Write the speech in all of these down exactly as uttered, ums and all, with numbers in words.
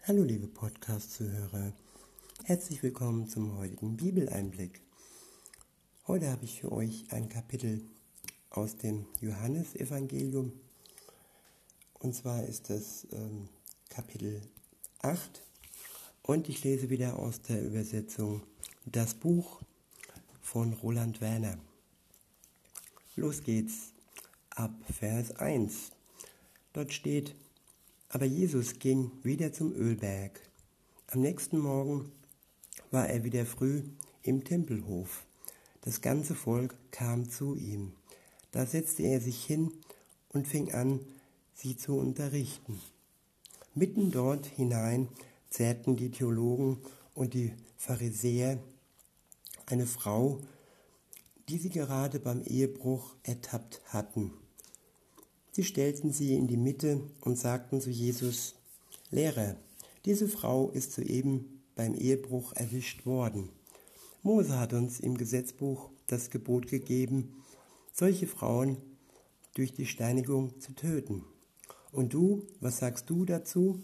Hallo liebe Podcast-Zuhörer, herzlich willkommen zum heutigen Bibeleinblick. Heute habe ich für euch ein Kapitel aus dem Johannesevangelium und zwar ist das ähm, Kapitel acht und ich lese wieder aus der Übersetzung Das Buch von Roland Werner. Los geht's ab Vers eins. Dort steht: Aber Jesus ging wieder zum Ölberg. Am nächsten Morgen war er wieder früh im Tempelhof. Das ganze Volk kam zu ihm. Da setzte er sich hin und fing an, sie zu unterrichten. Mitten dort hinein zerrten die Theologen und die Pharisäer eine Frau, die sie gerade beim Ehebruch ertappt hatten. Sie stellten sie in die Mitte und sagten zu Jesus: Lehrer, diese Frau ist soeben beim Ehebruch erwischt worden. Mose hat uns im Gesetzbuch das Gebot gegeben, solche Frauen durch die Steinigung zu töten. Und du, was sagst du dazu?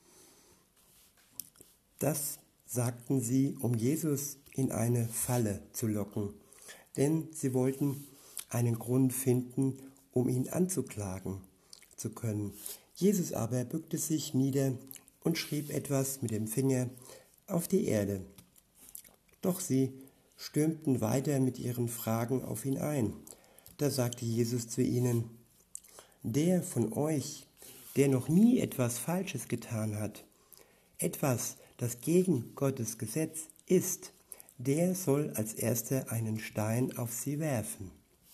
Das sagten sie, um Jesus in eine Falle zu locken, denn sie wollten einen Grund finden, um ihn anzuklagen zu können. Jesus aber bückte sich nieder und schrieb etwas mit dem Finger auf die Erde. Doch sie stürmten weiter mit ihren Fragen auf ihn ein. Da sagte Jesus zu ihnen: Der von euch, der noch nie etwas Falsches getan hat, etwas, das gegen Gottes Gesetz ist, der soll als Erster einen Stein auf sie werfen.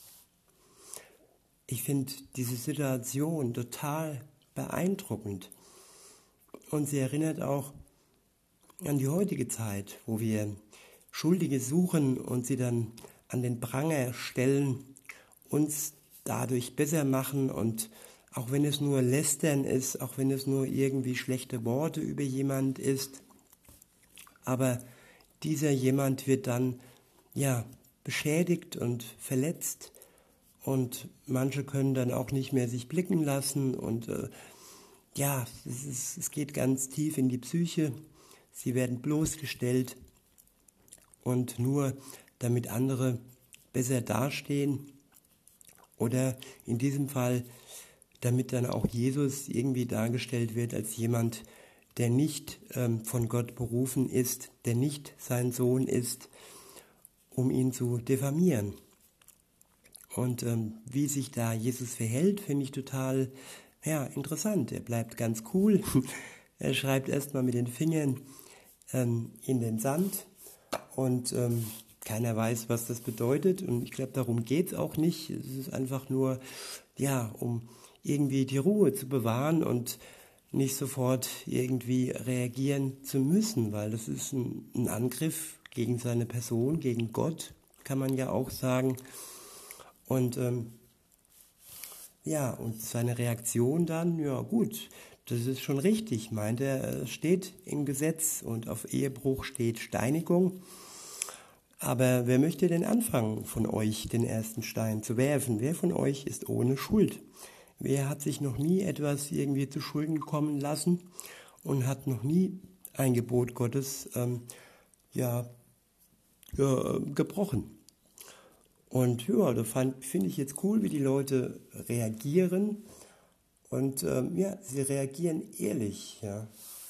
Ich finde diese Situation total beeindruckend und sie erinnert auch an die heutige Zeit, wo wir Schuldige suchen und sie dann an den Pranger stellen, uns dadurch besser machen und auch wenn es nur Lästern ist, auch wenn es nur irgendwie schlechte Worte über jemand ist, aber dieser jemand wird dann ja beschädigt und verletzt. Und manche können dann auch nicht mehr sich blicken lassen und äh, ja, es, ist, es geht ganz tief in die Psyche. Sie werden bloßgestellt und nur damit andere besser dastehen oder in diesem Fall, damit dann auch Jesus irgendwie dargestellt wird als jemand, der nicht ähm, von Gott berufen ist, der nicht sein Sohn ist, um ihn zu diffamieren. Und ähm, wie sich da Jesus verhält, finde ich total ja, interessant. Er bleibt ganz cool. Er schreibt erstmal mit den Fingern ähm, in den Sand und ähm, keiner weiß, was das bedeutet. Und ich glaube, darum geht es auch nicht. Es ist einfach nur, ja, um irgendwie die Ruhe zu bewahren und nicht sofort irgendwie reagieren zu müssen, weil das ist ein, ein Angriff gegen seine Person, gegen Gott, kann man ja auch sagen. Und ähm, ja, und seine Reaktion dann, ja gut, das ist schon richtig, meint er, es steht im Gesetz und auf Ehebruch steht Steinigung. Aber wer möchte denn anfangen von euch, den ersten Stein zu werfen? Wer von euch ist ohne Schuld? Wer hat sich noch nie etwas irgendwie zu Schulden kommen lassen und hat noch nie ein Gebot Gottes ähm, ja, ja, gebrochen? Und ja, da finde ich jetzt cool, wie die Leute reagieren. Und ähm, ja, sie reagieren ehrlich. Ja.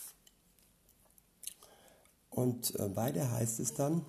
Und äh, weiter heißt es dann: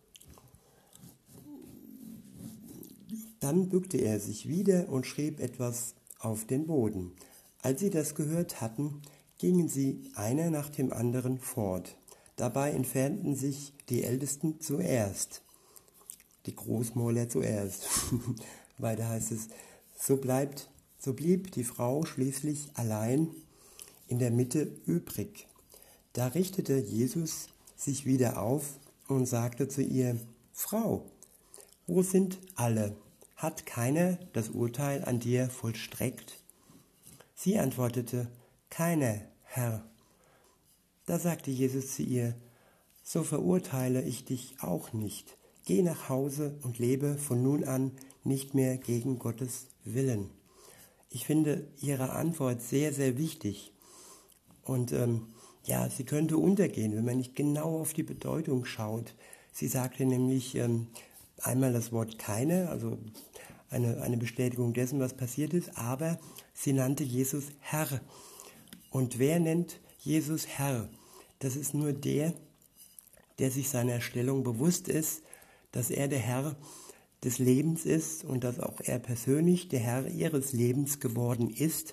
Dann bückte er sich wieder und schrieb etwas auf den Boden. Als sie das gehört hatten, gingen sie einer nach dem anderen fort. Dabei entfernten sich die Ältesten zuerst. Die Großmäuler zuerst. Weiter heißt es: So bleibt, so blieb die Frau schließlich allein in der Mitte übrig. Da richtete Jesus sich wieder auf und sagte zu ihr: Frau, wo sind alle? Hat keiner das Urteil an dir vollstreckt? Sie antwortete: Keiner, Herr. Da sagte Jesus zu ihr: So verurteile ich dich auch nicht. Geh nach Hause und lebe von nun an nicht mehr gegen Gottes Willen. Ich finde ihre Antwort sehr, sehr wichtig. Und ähm, ja, sie könnte untergehen, wenn man nicht genau auf die Bedeutung schaut. Sie sagte nämlich ähm, einmal das Wort keine, also eine, eine Bestätigung dessen, was passiert ist, aber sie nannte Jesus Herr. Und wer nennt Jesus Herr? Das ist nur der, der sich seiner Stellung bewusst ist, dass er der Herr des Lebens ist und dass auch er persönlich der Herr ihres Lebens geworden ist.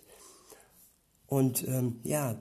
Und ähm, ja,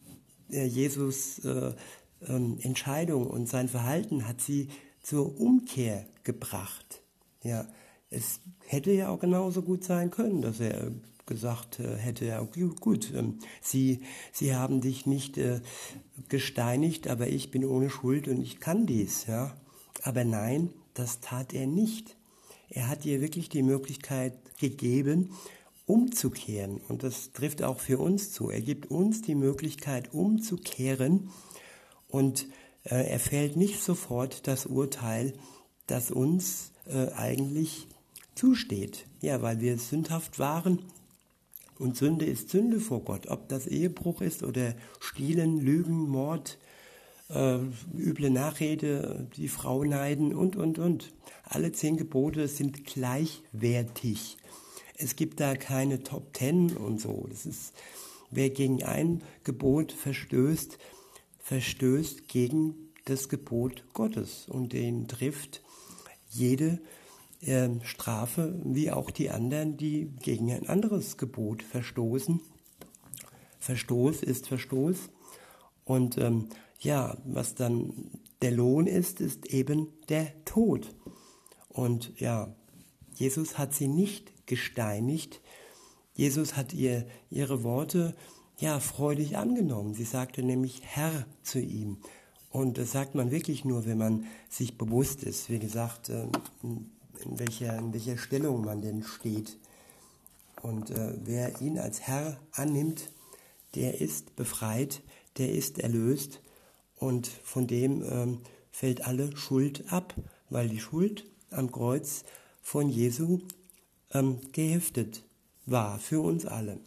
Jesus äh, ähm, Entscheidung und sein Verhalten hat sie zur Umkehr gebracht. Ja, es hätte ja auch genauso gut sein können, dass er gesagt äh, hätte, ja, gut, gut ähm, sie, sie haben dich nicht äh, gesteinigt, aber ich bin ohne Schuld und ich kann dies. Ja. Aber nein, das tat er nicht. Er hat ihr wirklich die Möglichkeit gegeben, umzukehren. Und das trifft auch für uns zu. Er gibt uns die Möglichkeit, umzukehren. Und äh, er fällt nicht sofort das Urteil, das uns äh, eigentlich zusteht. Ja, weil wir sündhaft waren. Und Sünde ist Sünde vor Gott. Ob das Ehebruch ist oder Stehlen, Lügen, Mord, äh, üble Nachrede, die Frau neiden und, und, und. Alle zehn Gebote sind gleichwertig. Es gibt da keine Top Ten und so. Das ist, wer gegen ein Gebot verstößt, verstößt gegen das Gebot Gottes. Und den trifft jede äh, Strafe, wie auch die anderen, die gegen ein anderes Gebot verstoßen. Verstoß ist Verstoß. Und ähm, ja, was dann der Lohn ist, ist eben der Tod. Und ja, Jesus hat sie nicht gesteinigt. Jesus hat ihr ihre Worte ja freudig angenommen. Sie sagte nämlich Herr zu ihm. Und das sagt man wirklich nur, wenn man sich bewusst ist, wie gesagt, in welcher, in welcher Stellung man denn steht. Und äh, wer ihn als Herr annimmt, der ist befreit, der ist erlöst und von dem ähm, fällt alle Schuld ab, weil die Schuld am Kreuz von Jesu ähm, geheftet war für uns alle.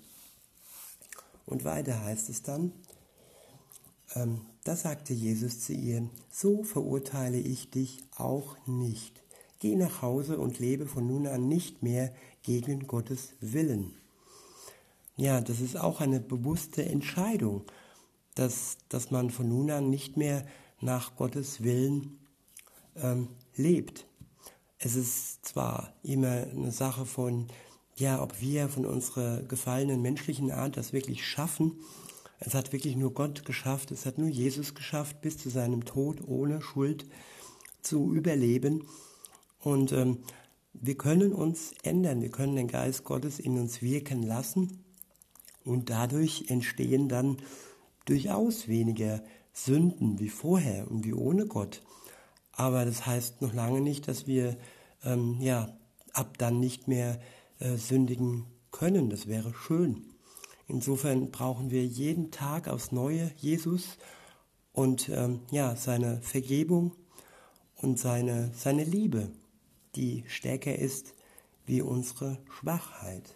Und weiter heißt es dann, ähm, da sagte Jesus zu ihr, so verurteile ich dich auch nicht. Geh nach Hause und lebe von nun an nicht mehr gegen Gottes Willen. Ja, das ist auch eine bewusste Entscheidung, dass, dass man von nun an nicht mehr nach Gottes Willen ähm, lebt. Es ist zwar immer eine Sache von, ja, ob wir von unserer gefallenen menschlichen Art das wirklich schaffen. Es hat wirklich nur Gott geschafft, es hat nur Jesus geschafft, bis zu seinem Tod ohne Schuld zu überleben. Und ähm, wir können uns ändern, wir können den Geist Gottes in uns wirken lassen und dadurch entstehen dann durchaus weniger Sünden wie vorher und wie ohne Gott. Aber das heißt noch lange nicht, dass wir ähm, ja, ab dann nicht mehr äh, sündigen können. Das wäre schön. Insofern brauchen wir jeden Tag aufs Neue Jesus und ähm, ja, seine Vergebung und seine, seine Liebe, die stärker ist wie unsere Schwachheit.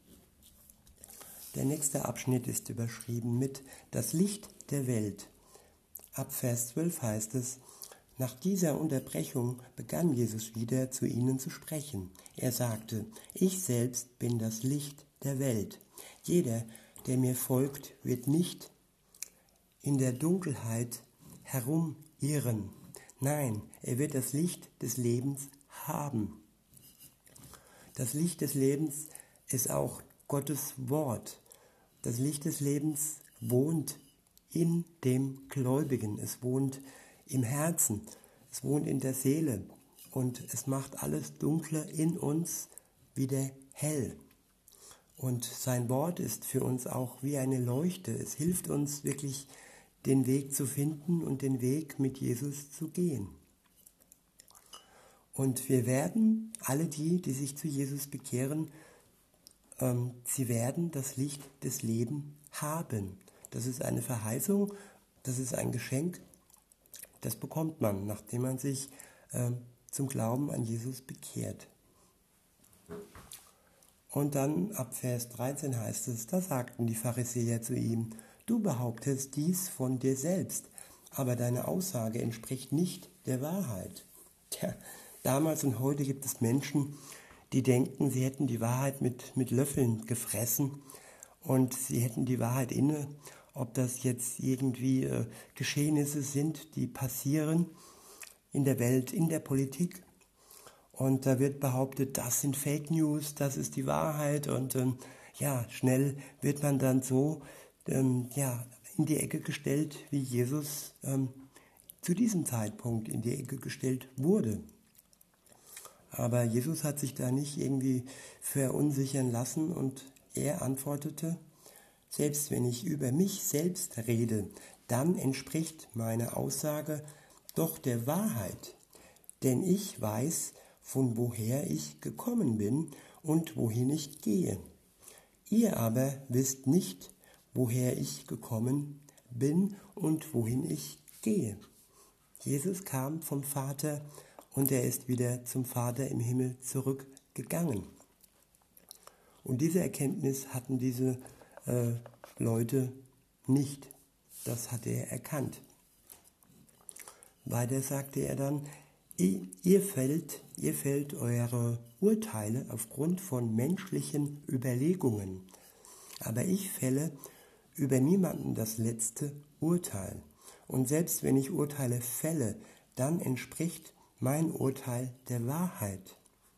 Der nächste Abschnitt ist überschrieben mit das Licht der Welt. Ab Vers zwölf heißt es, nach dieser Unterbrechung begann Jesus wieder zu ihnen zu sprechen. Er sagte, ich selbst bin das Licht der Welt. Jeder, der mir folgt, wird nicht in der Dunkelheit herumirren. Nein, er wird das Licht des Lebens haben. Das Licht des Lebens ist auch Gottes Wort. Das Licht des Lebens wohnt in dem Gläubigen. Es wohnt im Herzen, es wohnt in der Seele und es macht alles Dunkle in uns wieder hell. Und sein Wort ist für uns auch wie eine Leuchte. Es hilft uns wirklich, den Weg zu finden und den Weg mit Jesus zu gehen. Und wir werden, alle die, die sich zu Jesus bekehren, ähm, sie werden das Licht des Lebens haben. Das ist eine Verheißung, das ist ein Geschenk. Das bekommt man, nachdem man sich äh, zum Glauben an Jesus bekehrt. Und dann ab Vers dreizehn heißt es, da sagten die Pharisäer zu ihm, Du behauptest dies von dir selbst, aber deine Aussage entspricht nicht der Wahrheit. Tja, damals und heute gibt es Menschen, die denken, sie hätten die Wahrheit mit, mit Löffeln gefressen und sie hätten die Wahrheit inne, ob das jetzt irgendwie äh, Geschehnisse sind, die passieren in der Welt, in der Politik. Und da wird behauptet, das sind Fake News, das ist die Wahrheit. Und ähm, ja, schnell wird man dann so ähm, ja, in die Ecke gestellt, wie Jesus ähm, zu diesem Zeitpunkt in die Ecke gestellt wurde. Aber Jesus hat sich da nicht irgendwie verunsichern lassen und er antwortete, selbst wenn ich über mich selbst rede, dann entspricht meine Aussage doch der Wahrheit. Denn ich weiß, von woher ich gekommen bin und wohin ich gehe. Ihr aber wisst nicht, woher ich gekommen bin und wohin ich gehe. Jesus kam vom Vater und er ist wieder zum Vater im Himmel zurückgegangen. Und diese Erkenntnis hatten diese äh, Leute nicht. Das hat er erkannt. Weiter sagte er dann, Ihr fällt, ihr fällt eure Urteile aufgrund von menschlichen Überlegungen. Aber ich fälle über niemanden das letzte Urteil. Und selbst wenn ich Urteile fälle, dann entspricht mein Urteil der Wahrheit.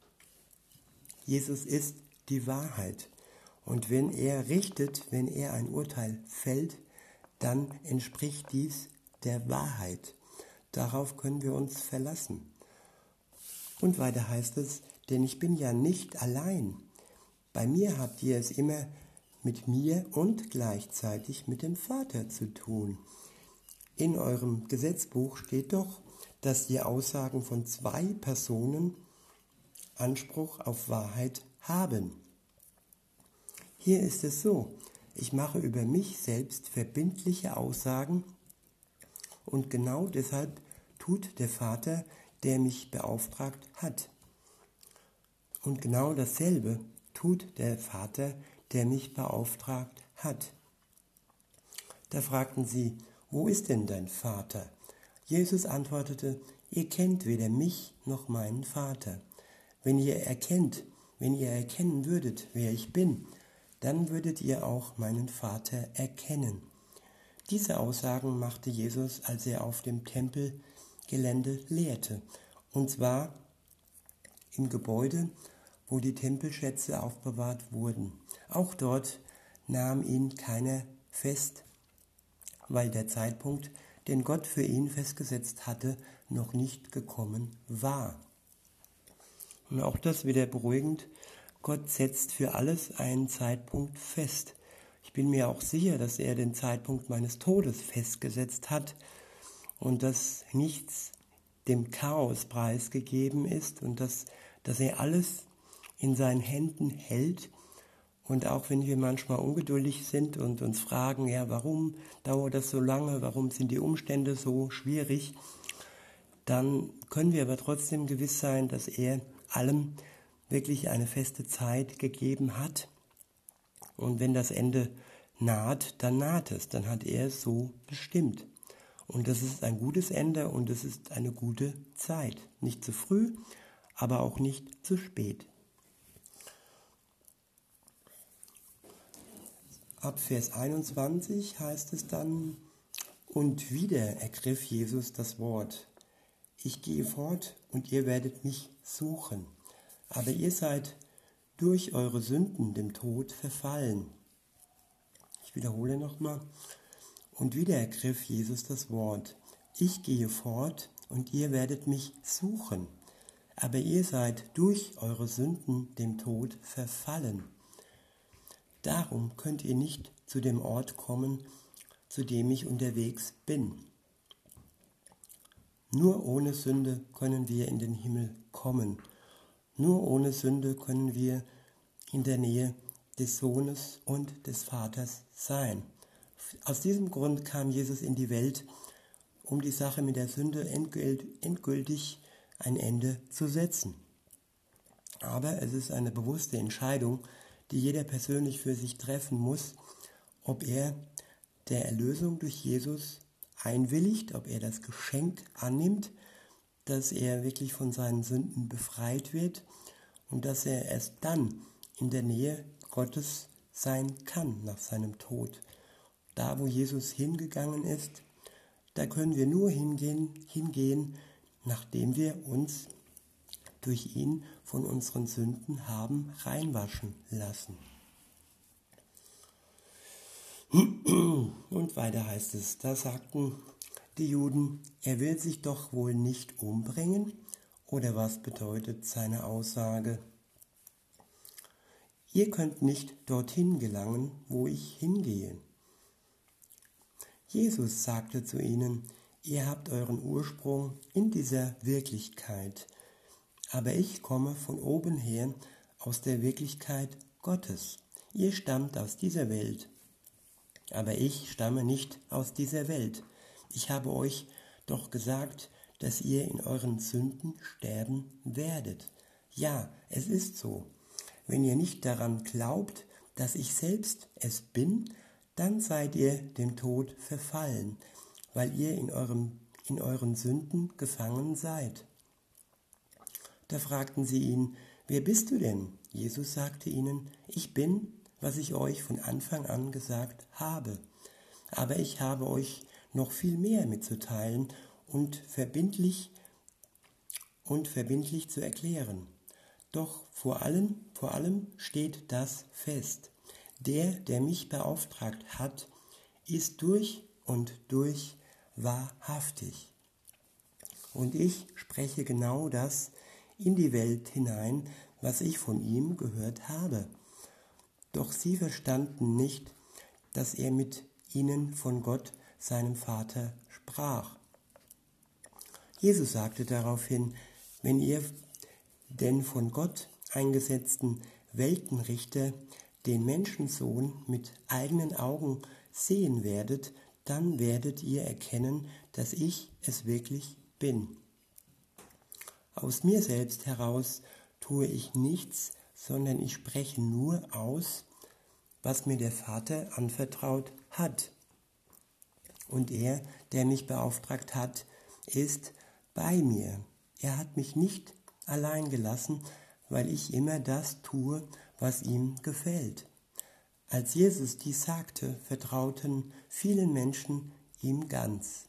Jesus ist die Wahrheit. Und wenn er richtet, wenn er ein Urteil fällt, dann entspricht dies der Wahrheit. Darauf können wir uns verlassen. Und weiter heißt es, denn ich bin ja nicht allein. Bei mir habt ihr es immer mit mir und gleichzeitig mit dem Vater zu tun. In eurem Gesetzbuch steht doch, dass die Aussagen von zwei Personen Anspruch auf Wahrheit haben. Hier ist es so, ich mache über mich selbst verbindliche Aussagen und genau deshalb tut der Vater, der mich beauftragt hat. Und genau dasselbe tut der Vater, der mich beauftragt hat. Da fragten sie, wo ist denn dein Vater? Jesus antwortete, ihr kennt weder mich noch meinen Vater. Wenn ihr erkennt, wenn ihr erkennen würdet, wer ich bin, dann würdet ihr auch meinen Vater erkennen. Diese Aussagen machte Jesus, als er auf dem Tempelgelände lehrte, und zwar im Gebäude, wo die Tempelschätze aufbewahrt wurden. Auch dort nahm ihn keiner fest, weil der Zeitpunkt, den Gott für ihn festgesetzt hatte, noch nicht gekommen war. Und auch das wieder beruhigend, Gott setzt für alles einen Zeitpunkt fest. Ich bin mir auch sicher, dass er den Zeitpunkt meines Todes festgesetzt hat und dass nichts dem Chaos preisgegeben ist und dass, dass er alles in seinen Händen hält. Und auch wenn wir manchmal ungeduldig sind und uns fragen, ja, warum dauert das so lange, warum sind die Umstände so schwierig, dann können wir aber trotzdem gewiss sein, dass er allem wirklich eine feste Zeit gegeben hat. Und wenn das Ende naht, dann naht es, dann hat er es so bestimmt. Und das ist ein gutes Ende und es ist eine gute Zeit. Nicht zu früh, aber auch nicht zu spät. Ab Vers einundzwanzig heißt es dann, und wieder ergriff Jesus das Wort. Ich gehe fort und ihr werdet mich suchen, aber ihr seid durch eure Sünden dem Tod verfallen. Ich wiederhole nochmal. Und wieder ergriff Jesus das Wort. Ich gehe fort und ihr werdet mich suchen, aber ihr seid durch eure Sünden dem Tod verfallen. Darum könnt ihr nicht zu dem Ort kommen, zu dem ich unterwegs bin. Nur ohne Sünde können wir in den Himmel kommen. Nur ohne Sünde können wir in der Nähe des Sohnes und des Vaters sein. Aus diesem Grund kam Jesus in die Welt, um die Sache mit der Sünde endgültig ein Ende zu setzen. Aber es ist eine bewusste Entscheidung, die jeder persönlich für sich treffen muss, ob er der Erlösung durch Jesus einwilligt, ob er das Geschenk annimmt, dass er wirklich von seinen Sünden befreit wird und dass er erst dann in der Nähe Gottes sein kann nach seinem Tod. Da, wo Jesus hingegangen ist, da können wir nur hingehen, hingehen, nachdem wir uns durch ihn von unseren Sünden haben reinwaschen lassen. Und weiter heißt es, da sagten die Juden, er will sich doch wohl nicht umbringen? Oder was bedeutet seine Aussage? Ihr könnt nicht dorthin gelangen, wo ich hingehe. Jesus sagte zu ihnen, ihr habt euren Ursprung in dieser Wirklichkeit, aber ich komme von oben her aus der Wirklichkeit Gottes. Ihr stammt aus dieser Welt, aber ich stamme nicht aus dieser Welt. Ich habe euch doch gesagt, dass ihr in euren Sünden sterben werdet. Ja, es ist so. Wenn ihr nicht daran glaubt, dass ich selbst es bin, dann seid ihr dem Tod verfallen, weil ihr in, eurem, in euren Sünden gefangen seid. Da fragten sie ihn, wer bist du denn? Jesus sagte ihnen, ich bin, was ich euch von Anfang an gesagt habe. Aber ich habe euch noch viel mehr mitzuteilen und verbindlich und verbindlich zu erklären. Doch vor allem, vor allem steht das fest. Der, der mich beauftragt hat, ist durch und durch wahrhaftig. Und ich spreche genau das in die Welt hinein, was ich von ihm gehört habe. Doch sie verstanden nicht, dass er mit ihnen von Gott, seinem Vater, sprach. Jesus sagte daraufhin, wenn ihr den von Gott eingesetzten Weltenrichter, den Menschensohn mit eigenen Augen sehen werdet, dann werdet ihr erkennen, dass ich es wirklich bin. Aus mir selbst heraus tue ich nichts, sondern ich spreche nur aus, was mir der Vater anvertraut hat. Und er, der mich beauftragt hat, ist bei mir. Er hat mich nicht allein gelassen, weil ich immer das tue, was ihm gefällt. Als Jesus dies sagte, vertrauten vielen Menschen ihm ganz.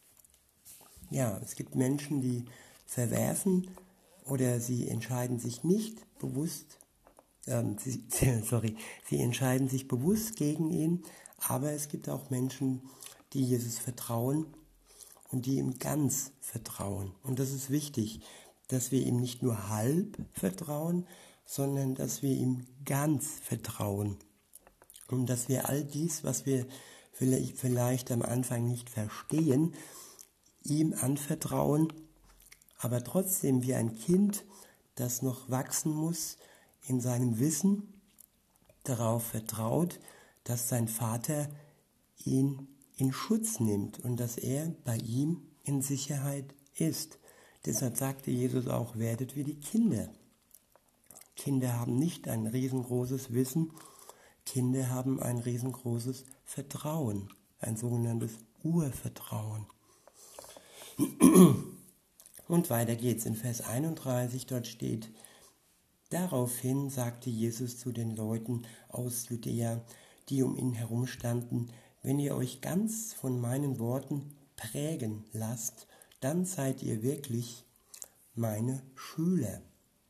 Ja, es gibt Menschen, die verwerfen oder sie entscheiden sich nicht bewusst, ähm, sie, sorry, sie entscheiden sich bewusst gegen ihn, aber es gibt auch Menschen, die Jesus vertrauen und die ihm ganz vertrauen. Und das ist wichtig, dass wir ihm nicht nur halb vertrauen, sondern dass wir ihm ganz vertrauen. Und dass wir all dies, was wir vielleicht, vielleicht am Anfang nicht verstehen, ihm anvertrauen, aber trotzdem wie ein Kind, das noch wachsen muss, in seinem Wissen darauf vertraut, dass sein Vater ihn in Schutz nimmt und dass er bei ihm in Sicherheit ist. Deshalb sagte Jesus auch, werdet wie die Kinder. Kinder haben nicht ein riesengroßes Wissen, Kinder haben ein riesengroßes Vertrauen, ein sogenanntes Urvertrauen. Und weiter geht's in Vers einunddreißig, dort steht, daraufhin sagte Jesus zu den Leuten aus Judäa, die um ihn herum standen, wenn ihr euch ganz von meinen Worten prägen lasst, dann seid ihr wirklich meine Schüler.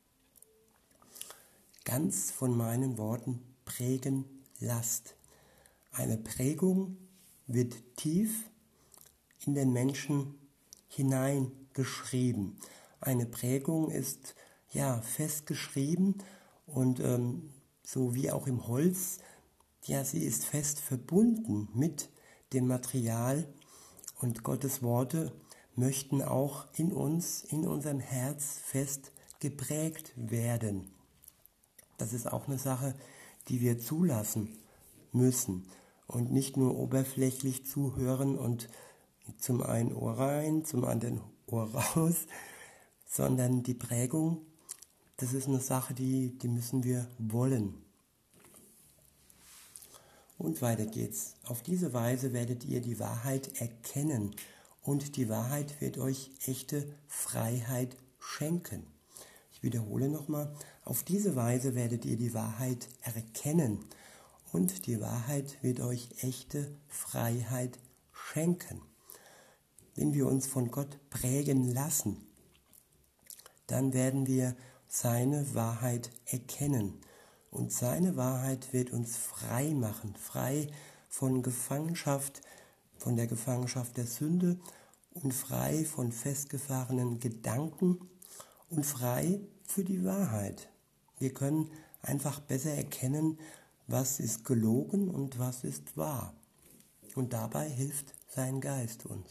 Ganz von meinen Worten prägen lasst. Eine Prägung wird tief in den Menschen hineingeschrieben. Eine Prägung ist ja festgeschrieben und ähm, so wie auch im Holz, ja, sie ist fest verbunden mit dem Material und Gottes Worte möchten auch in uns, in unserem Herz fest geprägt werden. Das ist auch eine Sache, die wir zulassen müssen und nicht nur oberflächlich zuhören und zum einen Ohr rein, zum anderen Ohr raus, sondern die Prägung, das ist eine Sache, die, die müssen wir wollen. Und weiter geht's. Auf diese Weise werdet ihr die Wahrheit erkennen und die Wahrheit wird euch echte Freiheit schenken. Ich wiederhole nochmal, auf diese Weise werdet ihr die Wahrheit erkennen und die Wahrheit wird euch echte Freiheit schenken. Wenn wir uns von Gott prägen lassen, dann werden wir seine Wahrheit erkennen. Und seine Wahrheit wird uns frei machen, frei von Gefangenschaft, von der Gefangenschaft der Sünde und frei von festgefahrenen Gedanken und frei für die Wahrheit. Wir können einfach besser erkennen, was ist gelogen und was ist wahr. Und dabei hilft sein Geist uns.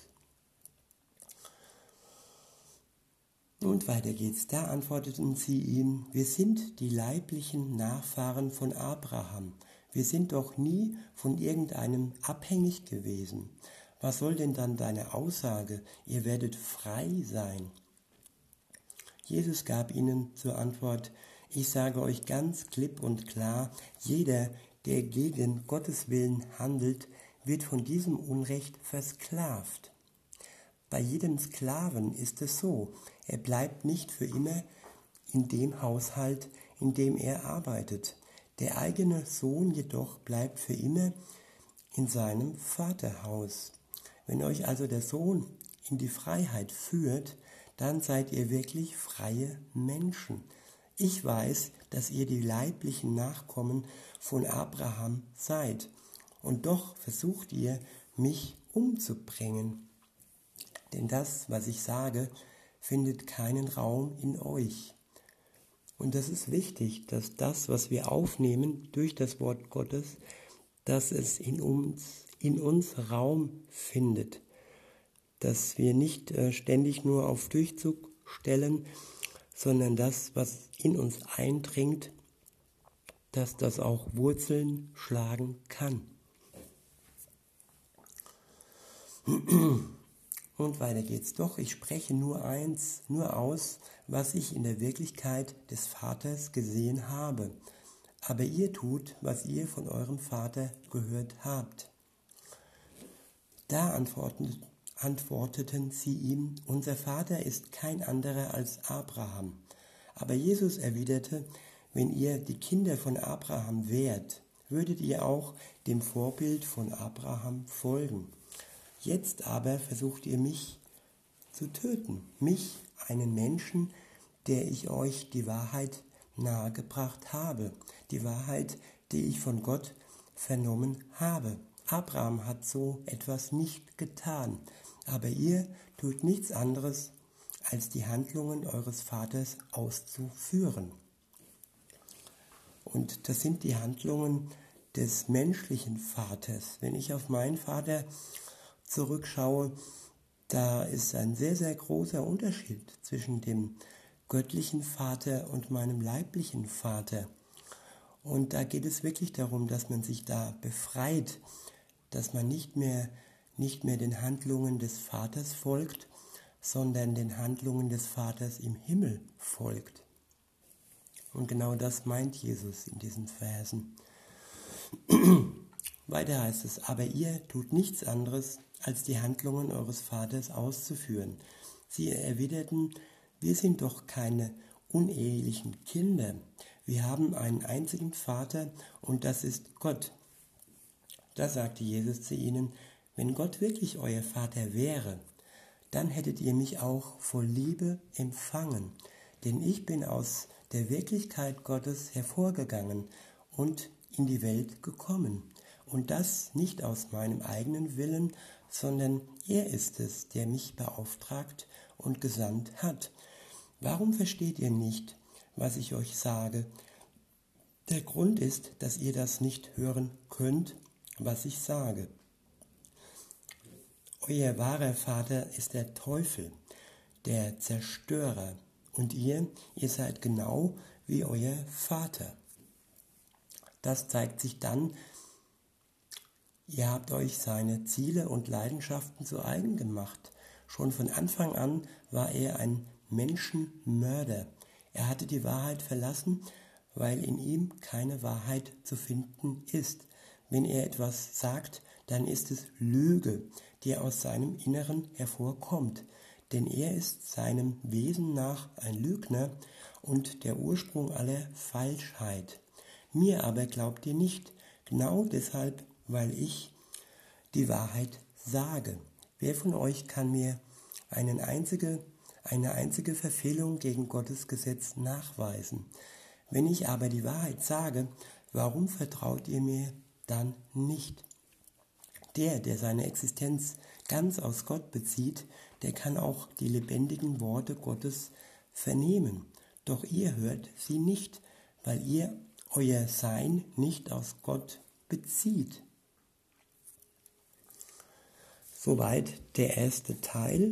Und weiter geht's. Da antworteten sie ihm: Wir sind die leiblichen Nachfahren von Abraham. Wir sind doch nie von irgendeinem abhängig gewesen. Was soll denn dann deine Aussage? Ihr werdet frei sein. Jesus gab ihnen zur Antwort: Ich sage euch ganz klipp und klar, jeder, der gegen Gottes Willen handelt, wird von diesem Unrecht versklavt. Bei jedem Sklaven ist es so, er bleibt nicht für immer in dem Haushalt, in dem er arbeitet. Der eigene Sohn jedoch bleibt für immer in seinem Vaterhaus. Wenn euch also der Sohn in die Freiheit führt, dann seid ihr wirklich freie Menschen. Ich weiß, dass ihr die leiblichen Nachkommen von Abraham seid. Und doch versucht ihr, mich umzubringen. Denn das, was ich sage, findet keinen Raum in euch. Und das ist wichtig, dass das, was wir aufnehmen durch das Wort Gottes, dass es in uns, in uns Raum findet. Dass wir nicht äh, ständig nur auf Durchzug stellen, sondern das, was in uns eindringt, dass das auch Wurzeln schlagen kann. Und weiter geht's. Doch ich spreche nur eins, nur aus, was ich in der Wirklichkeit des Vaters gesehen habe. Aber ihr tut, was ihr von eurem Vater gehört habt. Da antworteten, antworteten sie ihm: Unser Vater ist kein anderer als Abraham. Aber Jesus erwiderte: Wenn ihr die Kinder von Abraham wärt, würdet ihr auch dem Vorbild von Abraham folgen. Jetzt aber versucht ihr mich zu töten, mich, einen Menschen, der ich euch die Wahrheit nahegebracht habe, die Wahrheit, die ich von Gott vernommen habe. Abraham hat so etwas nicht getan, aber ihr tut nichts anderes, als die Handlungen eures Vaters auszuführen. Und das sind die Handlungen des menschlichen Vaters. Wenn ich auf meinen Vater zurückschaue, da ist ein sehr, sehr großer Unterschied zwischen dem göttlichen Vater und meinem leiblichen Vater. Und da geht es wirklich darum, dass man sich da befreit, dass man nicht mehr, nicht mehr den Handlungen des Vaters folgt, sondern den Handlungen des Vaters im Himmel folgt. Und genau das meint Jesus in diesen Versen. Weiter heißt es: Aber ihr tut nichts anderes, als die Handlungen eures Vaters auszuführen. Sie erwiderten: Wir sind doch keine unehelichen Kinder. Wir haben einen einzigen Vater und das ist Gott. Da sagte Jesus zu ihnen: Wenn Gott wirklich euer Vater wäre, dann hättet ihr mich auch voll Liebe empfangen. Denn ich bin aus der Wirklichkeit Gottes hervorgegangen und in die Welt gekommen. Und das nicht aus meinem eigenen Willen, sondern er ist es, der mich beauftragt und gesandt hat. Warum versteht ihr nicht, was ich euch sage? Der Grund ist, dass ihr das nicht hören könnt, was ich sage. Euer wahrer Vater ist der Teufel, der Zerstörer. Und ihr, ihr seid genau wie euer Vater. Das zeigt sich dann, ihr habt euch seine Ziele und Leidenschaften zu eigen gemacht. Schon von Anfang an war er ein Menschenmörder. Er hatte die Wahrheit verlassen, weil in ihm keine Wahrheit zu finden ist. wenn er etwas sagt, dann ist es Lüge, die aus seinem Inneren hervorkommt. Denn er ist seinem Wesen nach ein Lügner und der Ursprung aller Falschheit. Mir aber glaubt ihr nicht, genau deshalb, weil ich die Wahrheit sage. Wer von euch kann mir eine einzige, eine einzige Verfehlung gegen Gottes Gesetz nachweisen? Wenn ich aber die Wahrheit sage, warum vertraut ihr mir dann nicht? Der, der seine Existenz ganz aus Gott bezieht, der kann auch die lebendigen Worte Gottes vernehmen. Doch ihr hört sie nicht, weil ihr euer Sein nicht aus Gott bezieht. Soweit der erste Teil.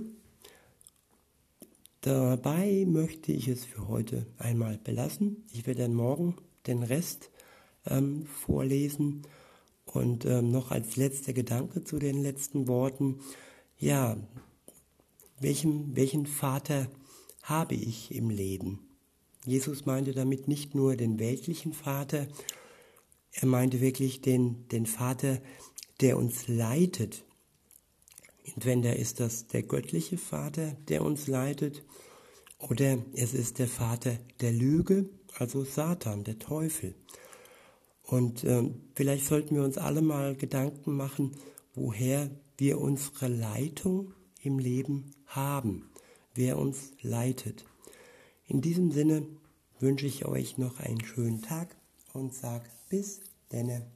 Dabei möchte ich es für heute einmal belassen. Ich werde dann morgen den Rest ähm, vorlesen. Und ähm, noch als letzter Gedanke zu den letzten Worten. Ja, welchen, welchen Vater habe ich im Leben? Jesus meinte damit nicht nur den weltlichen Vater, er meinte wirklich den, den Vater, der uns leitet. Entweder ist das der göttliche Vater, der uns leitet, oder es ist der Vater der Lüge, also Satan, der Teufel. Und äh, vielleicht sollten wir uns alle mal Gedanken machen, woher wir unsere Leitung im Leben haben, wer uns leitet. In diesem Sinne wünsche ich euch noch einen schönen Tag und sage bis denne.